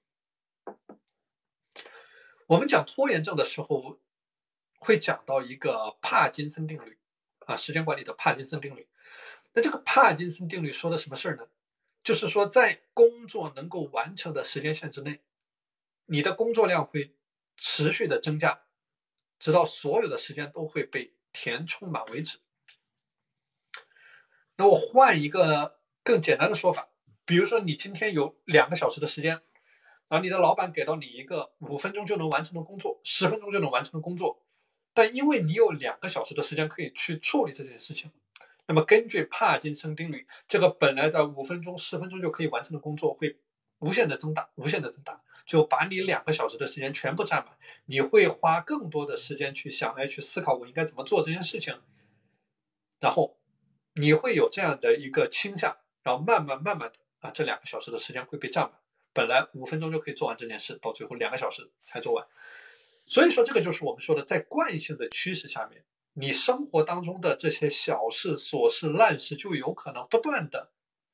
我们讲拖延症的时候，会讲到一个帕金森定律时间管理的帕金森定律。那这个帕金森定律说的什么事儿呢？就是说，在工作能够完成的时间线之内，你的工作量会持续的增加，直到所有的时间都会被填充满为止。那我换一个更简单的说法，比如说你今天有2个小时的时间，然后你的老板给到你一个5分钟就能完成的工作，10分钟就能完成的工作，但因为你有2个小时的时间可以去处理这件事情，那么根据帕金森定律，这个本来在5分钟、10分钟就可以完成的工作会无限的增大，无限的增大，就把你2个小时的时间全部占满。你会花更多的时间去想，去思考我应该怎么做这件事情，然后你会有这样的一个倾向，然后慢慢的这2个小时的时间会被占满。本来5分钟就可以做完这件事，到最后2个小时才做完。所以说，这个就是我们说的，在惯性的趋势下面，你生活当中的这些小事、琐事、烂事，就有可能不断的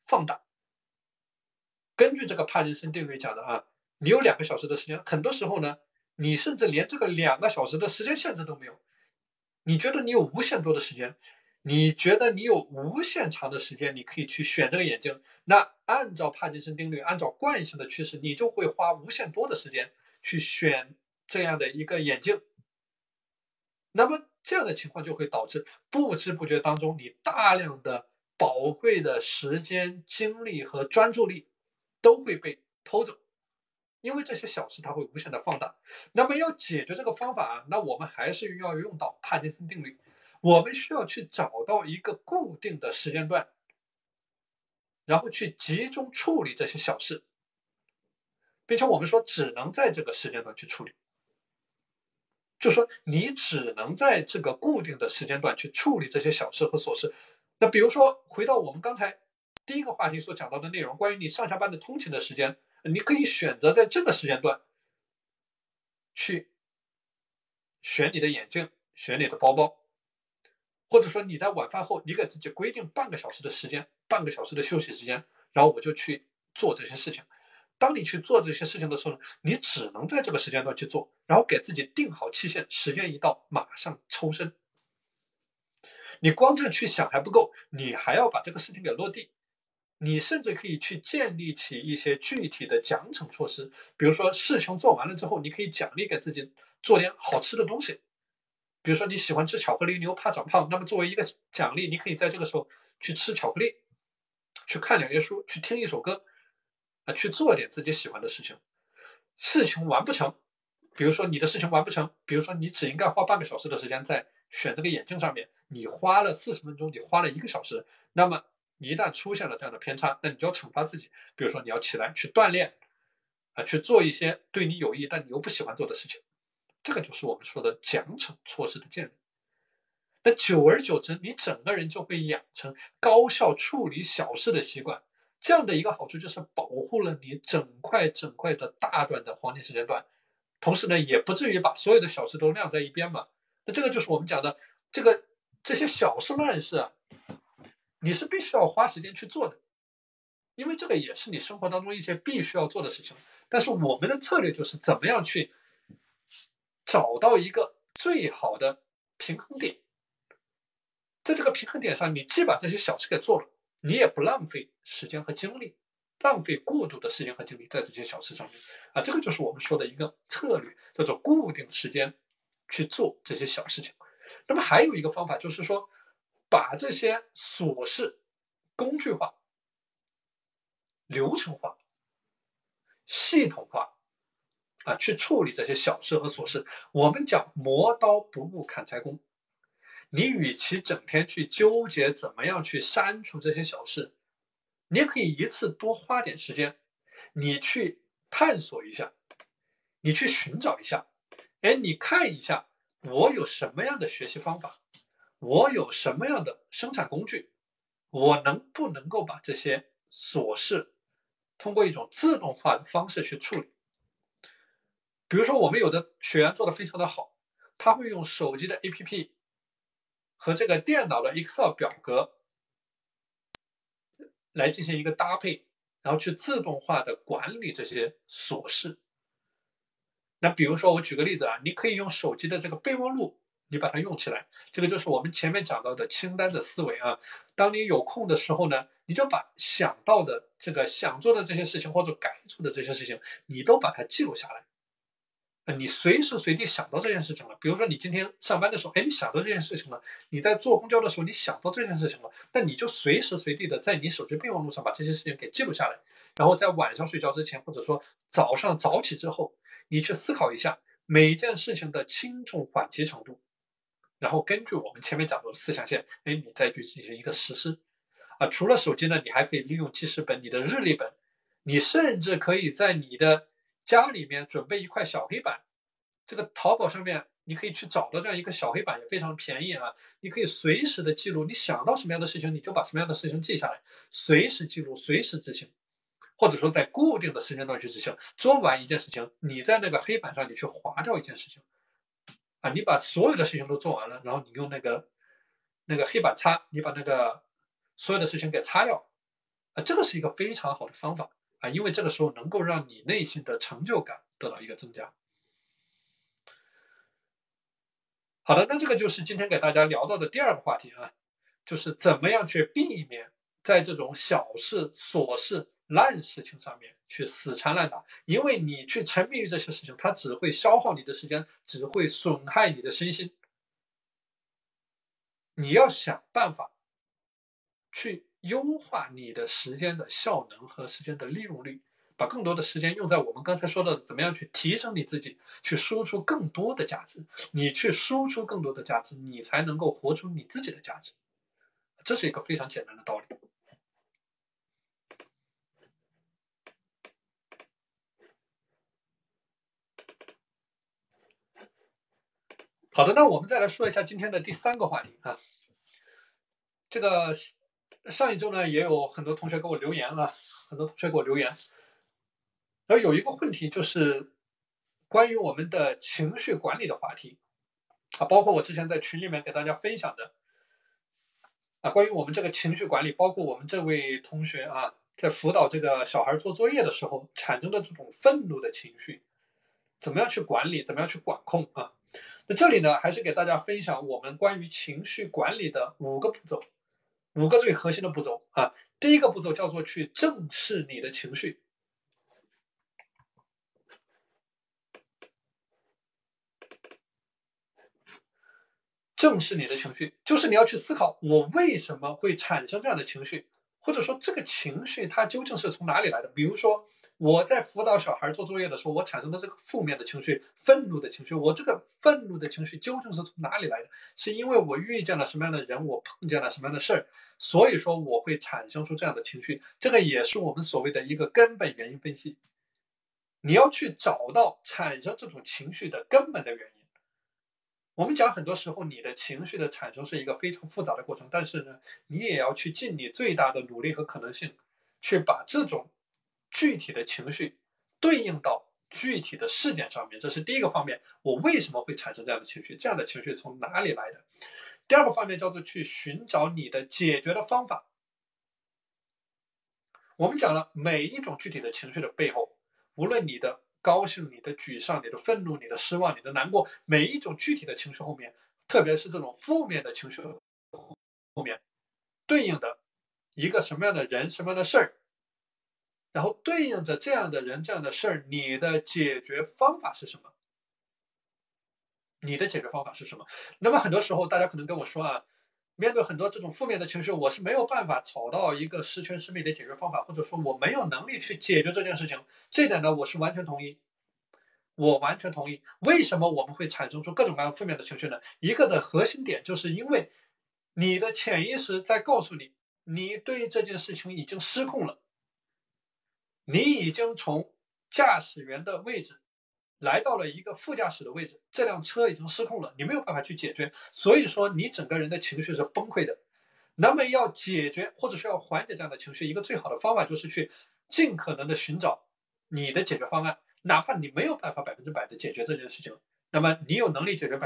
放大。根据这个帕金森定律讲的啊，你有2个小时的时间，很多时候呢，你甚至连这个2个小时的时间限制都没有。你觉得你有无限多的时间，你觉得你有无限长的时间，你可以去选这个眼镜。那按照帕金森定律，按照惯性的趋势，你就会花无限多的时间去选这样的一个眼镜。那么这样的情况就会导致不知不觉当中，你大量的宝贵的时间、精力和专注力都会被偷走。因为这些小事它会无限的放大。那么要解决这个方法啊，那我们还是要用到帕金森定律。我们需要去找到一个固定的时间段，然后去集中处理这些小事，并且我们说只能在这个时间段去处理，就说你只能在这个固定的时间段去处理这些小事和琐事。那比如说回到我们刚才第一个话题所讲到的内容，关于你上下班的通勤的时间，你可以选择在这个时间段去选你的眼镜，选你的包包，或者说你在晚饭后，你给自己规定半个小时的时间，半个小时的休息时间，然后我就去做这些事情。当你去做这些事情的时候，你只能在这个时间段去做，然后给自己定好期限，时间一到马上抽身。你光这去想还不够，你还要把这个事情给落地。你甚至可以去建立起一些具体的奖惩措施，比如说事情做完了之后，你可以奖励给自己做点好吃的东西。比如说你喜欢吃巧克力，你又怕长胖，那么作为一个奖励，你可以在这个时候去吃巧克力，去看2页书，去听一首歌，去做点自己喜欢的事情。事情完不成，比如说你的事情完不成，比如说你只应该花半个小时的时间在选这个眼镜上面，你花了40分钟，你花了1个小时，那么你一旦出现了这样的偏差，那你就要惩罚自己，比如说你要起来去锻炼，去做一些对你有益但你又不喜欢做的事情。这个就是我们说的奖惩措施的建立。那久而久之，你整个人就会养成高效处理小事的习惯。这样的一个好处就是保护了你整块的大段的黄金时间段，同时呢，也不至于把所有的小事都晾在一边嘛。那这个就是我们讲的这些小事烂事啊，你是必须要花时间去做的，因为这个也是你生活当中一些必须要做的事情。但是我们的策略就是怎么样去找到一个最好的平衡点，在这个平衡点上，你既把这些小事给做了，你也不浪费时间和精力，浪费过度的时间和精力在这些小事上面啊，这个就是我们说的一个策略，叫做固定时间去做这些小事情。那么还有一个方法就是说，把这些琐事工具化、流程化、系统化去处理这些小事和琐事。我们讲磨刀不误砍柴工，你与其整天去纠结怎么样去删除这些小事，你也可以一次多花点时间，你去探索一下，你去寻找一下，你看一下我有什么样的学习方法，我有什么样的生产工具，我能不能够把这些琐事通过一种自动化的方式去处理。比如说我们有的学员做的非常的好，他会用手机的 APP 和这个电脑的 Excel 表格来进行一个搭配，然后去自动化的管理这些琐事。那比如说我举个例子啊，你可以用手机的这个备忘录，你把它用起来，这个就是我们前面讲到的清单的思维啊。当你有空的时候呢，你就把想到的这个想做的这些事情或者该做的这些事情，你都把它记录下来。你随时随地想到这件事情了，比如说你今天上班的时候，你想到这件事情了；你在坐公交的时候，你想到这件事情了，那你就随时随地的在你手机备忘录上把这些事情给记录下来，然后在晚上睡觉之前，或者说早上早起之后，你去思考一下每一件事情的轻重缓急程度，然后根据我们前面讲到的四象限，你再去进行一个实施。除了手机呢，你还可以利用记事本、你的日历本，你甚至可以在你的家里面准备一块小黑板。这个淘宝上面你可以去找到这样一个小黑板，也非常便宜啊。你可以随时的记录，你想到什么样的事情，你就把什么样的事情记下来，随时记录，随时执行，或者说在固定的时间段去执行。做完一件事情，你在那个黑板上你去划掉一件事情，你把所有的事情都做完了，然后你用那个黑板擦，你把那个所有的事情给擦掉， 这个是一个非常好的方法因为这个时候能够让你内心的成就感得到一个增加。好的，那这个就是今天给大家聊到的第二个话题就是怎么样去避免在这种小事、琐事、烂事情上面去死缠烂打，因为你去沉迷于这些事情，它只会消耗你的时间，只会损害你的身心。你要想办法去优化你的时间的效能和时间的利用率，把更多的时间用在我们刚才说的怎么样去提升你自己，去输出更多的价值。你去输出更多的价值，你才能够活出你自己的价值。这是一个非常简单的道理。好的，那我们再来说一下今天的第三个话题这个上一周呢，也有很多同学给我留言很多同学给我留言，然后有一个问题就是关于我们的情绪管理的话题包括我之前在群里面给大家分享的关于我们这个情绪管理，包括我们这位同学在辅导这个小孩做作业的时候产生的这种愤怒的情绪，怎么样去管理，怎么样去管控那这里呢，还是给大家分享我们关于情绪管理的5个步骤，5个最核心的步骤第一个步骤叫做去正视你的情绪。正视你的情绪，就是你要去思考，我为什么会产生这样的情绪，或者说这个情绪它究竟是从哪里来的？比如说，我在辅导小孩做作业的时候，我产生的这个负面的情绪、愤怒的情绪，我这个愤怒的情绪究竟是从哪里来的？是因为我遇见了什么样的人，我碰见了什么样的事儿，所以说我会产生出这样的情绪。这个也是我们所谓的一个根本原因分析。你要去找到产生这种情绪的根本的原因。我们讲很多时候，你的情绪的产生是一个非常复杂的过程，但是呢，你也要去尽你最大的努力和可能性，去把这种具体的情绪对应到具体的事件上面。这是第一个方面，我为什么会产生这样的情绪？这样的情绪从哪里来的？第二个方面叫做去寻找你的解决的方法。我们讲了每一种具体的情绪的背后，无论你的高兴、你的沮丧、你的愤怒、你的失望、你的难过，每一种具体的情绪后面，特别是这种负面的情绪后面，对应的一个什么样的人、什么样的事儿，然后对应着这样的人、这样的事儿，你的解决方法是什么？你的解决方法是什么？那么很多时候，大家可能跟我说面对很多这种负面的情绪，我是没有办法找到一个十全十美的解决方法，或者说我没有能力去解决这件事情。这一点呢，我是完全同意。我完全同意。为什么我们会产生出各种各样负面的情绪呢？一个的核心点就是因为你的潜意识在告诉你，你对这件事情已经失控了，你已经从驾驶员的位置来到了一个副驾驶的位置，这辆车已经失控了，你没有办法去解决，所以说你整个人的情绪是崩溃的。那么要解决或者是要缓解这样的情绪，一个最好的方法就是去尽可能的寻找你的解决方案，哪怕你没有办法100%的解决这件事情，那么你有能力解决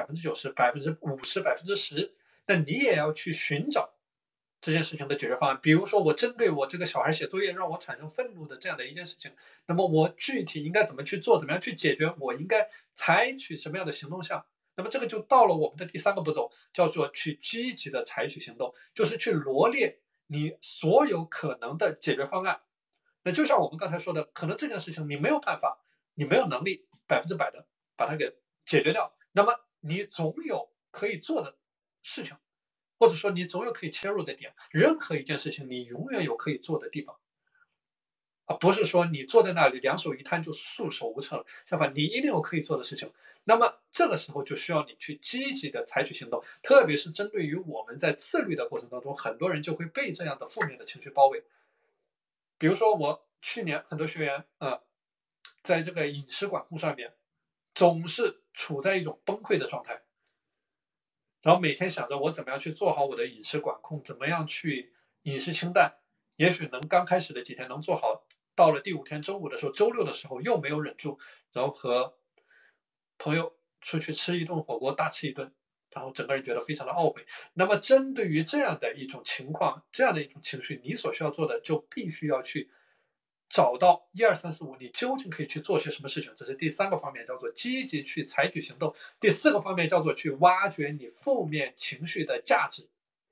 90%、50%、10%，那你也要去寻找这件事情的解决方案。比如说，我针对我这个小孩写作业让我产生愤怒的这样的一件事情，那么我具体应该怎么去做，怎么样去解决，我应该采取什么样的行动项？那么这个就到了我们的第三个步骤，叫做去积极的采取行动，就是去罗列你所有可能的解决方案。那就像我们刚才说的，可能这件事情你没有办法，你没有能力100%的把它给解决掉，那么你总有可以做的事情，或者说你总有可以切入的点。任何一件事情，你永远有可以做的地方。不是说你坐在那里两手一摊就束手无策了，相反，你一定有可以做的事情。那么这个时候就需要你去积极的采取行动，特别是针对于我们在自律的过程当中，很多人就会被这样的负面的情绪包围。比如说我去年很多学员在这个饮食管控上面，总是处在一种崩溃的状态，然后每天想着我怎么样去做好我的饮食管控，怎么样去饮食清淡，也许能刚开始的几天能做好，到了第5天周5的时候，周6的时候又没有忍住，然后和朋友出去吃一顿火锅，大吃一顿。 然后整个人觉得非常的懊悔。那么针对于这样的一种情况，这样的一种情绪，你所需要做的就必须要去找到1、2、3、4、5，你究竟可以去做些什么事情？这是第3个方面，叫做积极去采取行动。第4个方面叫做去挖掘你负面情绪的价值。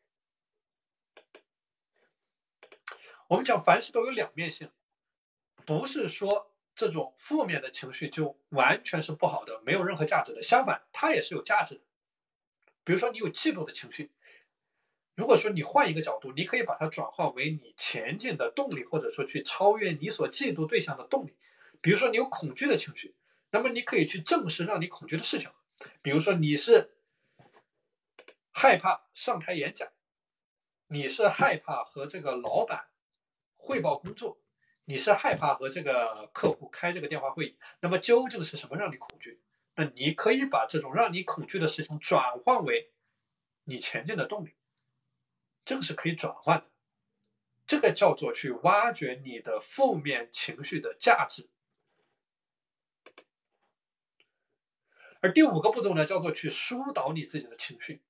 我们讲凡事都有两面性，不是说这种负面的情绪就完全是不好的，没有任何价值的。相反，它也是有价值的。比如说，你有嫉妒的情绪，如果说你换一个角度，你可以把它转化为你前进的动力，或者说去超越你所嫉妒对象的动力。比如说，你有恐惧的情绪，那么你可以去正视让你恐惧的事情。比如说，你是害怕上台演讲，你是害怕和这个老板汇报工作，你是害怕和这个客户开这个电话会议。那么究竟是什么让你恐惧？那你可以把这种让你恐惧的事情转换为你前进的动力，这个是可以转换的。这个叫做去挖掘你的负面情绪的价值。而第5个步骤呢，叫做去疏导你自己的情绪。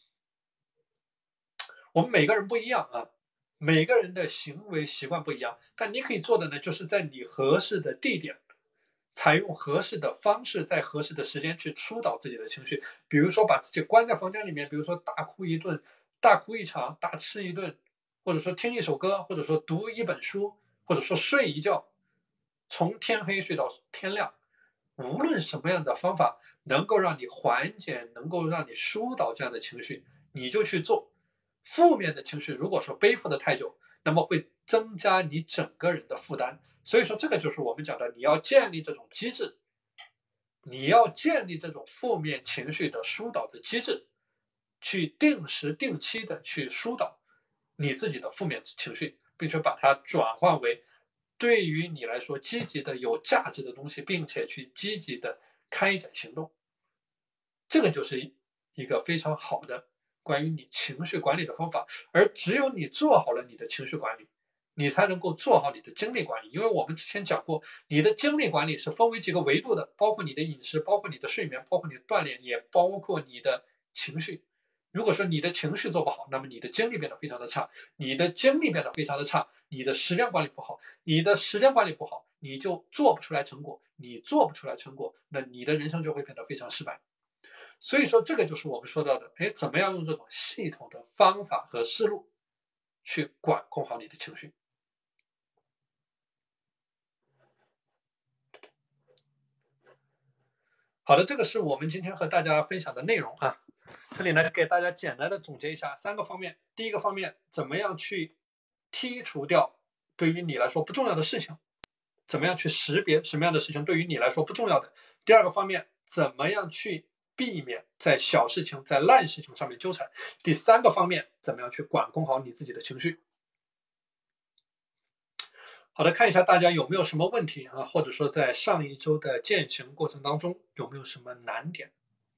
我们每个人不一样啊，每个人的行为习惯不一样，但你可以做的呢，就是在你合适的地点，采用合适的方式，在合适的时间去疏导自己的情绪。比如说把自己关在房间里面，比如说大哭一顿，大哭一场，大吃一顿，或者说听一首歌，或者说读一本书，或者说睡一觉，从天黑睡到天亮。无论什么样的方法能够让你缓解，能够让你疏导这样的情绪，你就去做。负面的情绪如果说背负的太久，那么会增加你整个人的负担。所以说，这个就是我们讲的，你要建立这种机制，你要建立这种负面情绪的疏导的机制，去定时定期的去疏导你自己的负面情绪，并且把它转换为对于你来说积极的、有价值的东西，并且去积极的开展行动。这个就是一个非常好的关于你情绪管理的方法。而只有你做好了你的情绪管理，你才能够做好你的精力管理。因为我们之前讲过，你的精力管理是分为几个维度的，包括你的饮食，包括你的睡眠，包括你的锻炼，也包括你的情绪。如果说你的情绪做不好，那么你的精力变得非常的差，你的精力变得非常的差，你的时间管理不好，你的时间管理不好，你就做不出来成果，你做不出来成果，那你的人生就会变得非常失败。所以说，这个就是我们说到的，怎么样用这种系统的方法和思路去管控好你的情绪。好的，这个是我们今天和大家分享的内容啊。这里呢，给大家简单的总结一下3个方面。第一个方面，怎么样去剔除掉对于你来说不重要的事情？怎么样去识别什么样的事情对于你来说不重要的？第2个方面，怎么样去避免在小事情、在烂事情上面纠缠？第3个方面，怎么样去管控好你自己的情绪？好的，看一下大家有没有什么问题啊，或者说在上一周的践行过程当中有没有什么难点？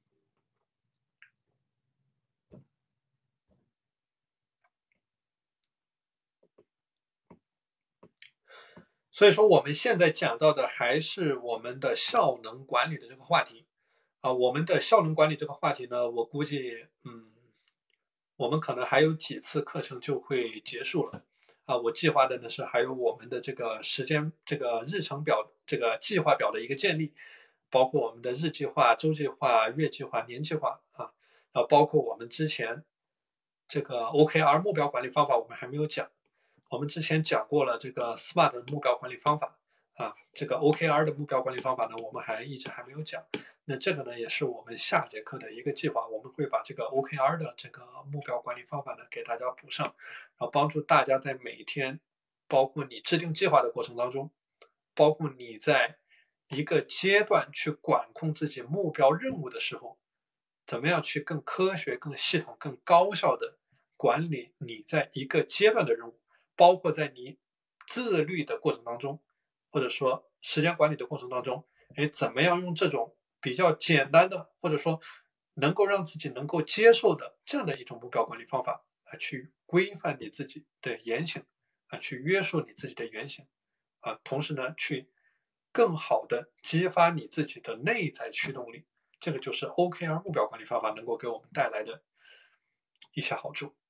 所以说我们现在讲到的还是我们的效能管理的这个话题啊。我们的效能管理这个话题呢，我估计我们可能还有几次课程就会结束了啊。我计划的呢是还有我们的这个时间这个日程表这个计划表的一个建立，包括我们的日计划、周计划、月计划、年计划啊，包括我们之前这个 OKR 目标管理方法我们还没有讲。我们之前讲过了这个 SMART 的目标管理方法啊，这个 OKR 的目标管理方法呢，我们一直还没有讲。那这个呢，也是我们下节课的一个计划，我们会把这个 OKR 的这个目标管理方法呢给大家补上，然后帮助大家在每天，包括你制定计划的过程当中，包括你在一个阶段去管控自己目标任务的时候，怎么样去更科学、更系统、更高效的管理你在一个阶段的任务，包括在你自律的过程当中，或者说时间管理的过程当中，怎么样用这种比较简单的，或者说能够让自己能够接受的这样的一种目标管理方法去规范你自己的言行去约束你自己的言行同时呢，去更好的激发你自己的内在驱动力， 这个就是 OKR 目标管理方法能够给我们带来的一些好处。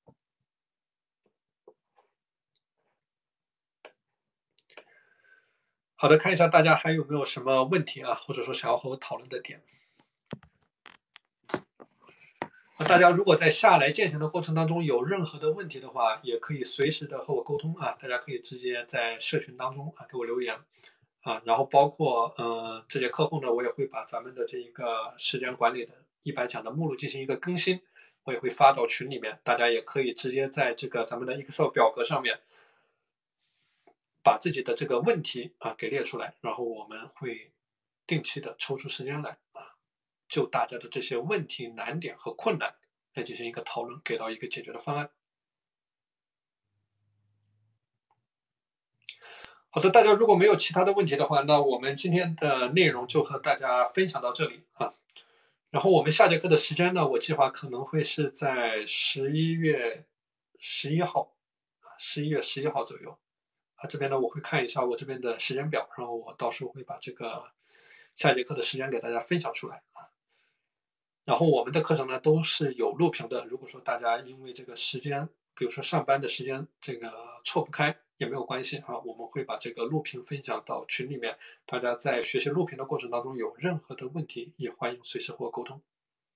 好的，看一下大家还有没有什么问题啊，或者说想要和我讨论的点。大家如果在下来践行的过程当中有任何的问题的话，也可以随时的和我沟通啊，大家可以直接在社群当中啊给我留言啊，然后包括这节课后呢，我也会把咱们的这一个时间管理的100讲的目录进行一个更新，我也会发到群里面，大家也可以直接在这个咱们的 Excel 表格上面把自己的这个问题啊给列出来，然后我们会定期的抽出时间来啊，就大家的这些问题、难点和困难来进行一个讨论，给到一个解决的方案。好的，大家如果没有其他的问题的话，那我们今天的内容就和大家分享到这里啊。然后我们下节课的时间呢，我计划可能会是在11月11号啊，11月11号左右啊。这边呢，我会看一下我这边的时间表，然后我到时候会把这个下节课的时间给大家分享出来啊。然后我们的课程呢都是有录屏的，如果说大家因为这个时间，比如说上班的时间这个错不开也没有关系啊，我们会把这个录屏分享到群里面，大家在学习录屏的过程当中有任何的问题，也欢迎随时和我沟通。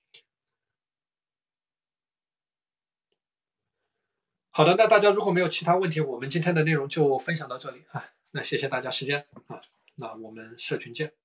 好的，那大家如果没有其他问题，我们今天的内容就分享到这里啊，那谢谢大家时间啊，那我们社群见。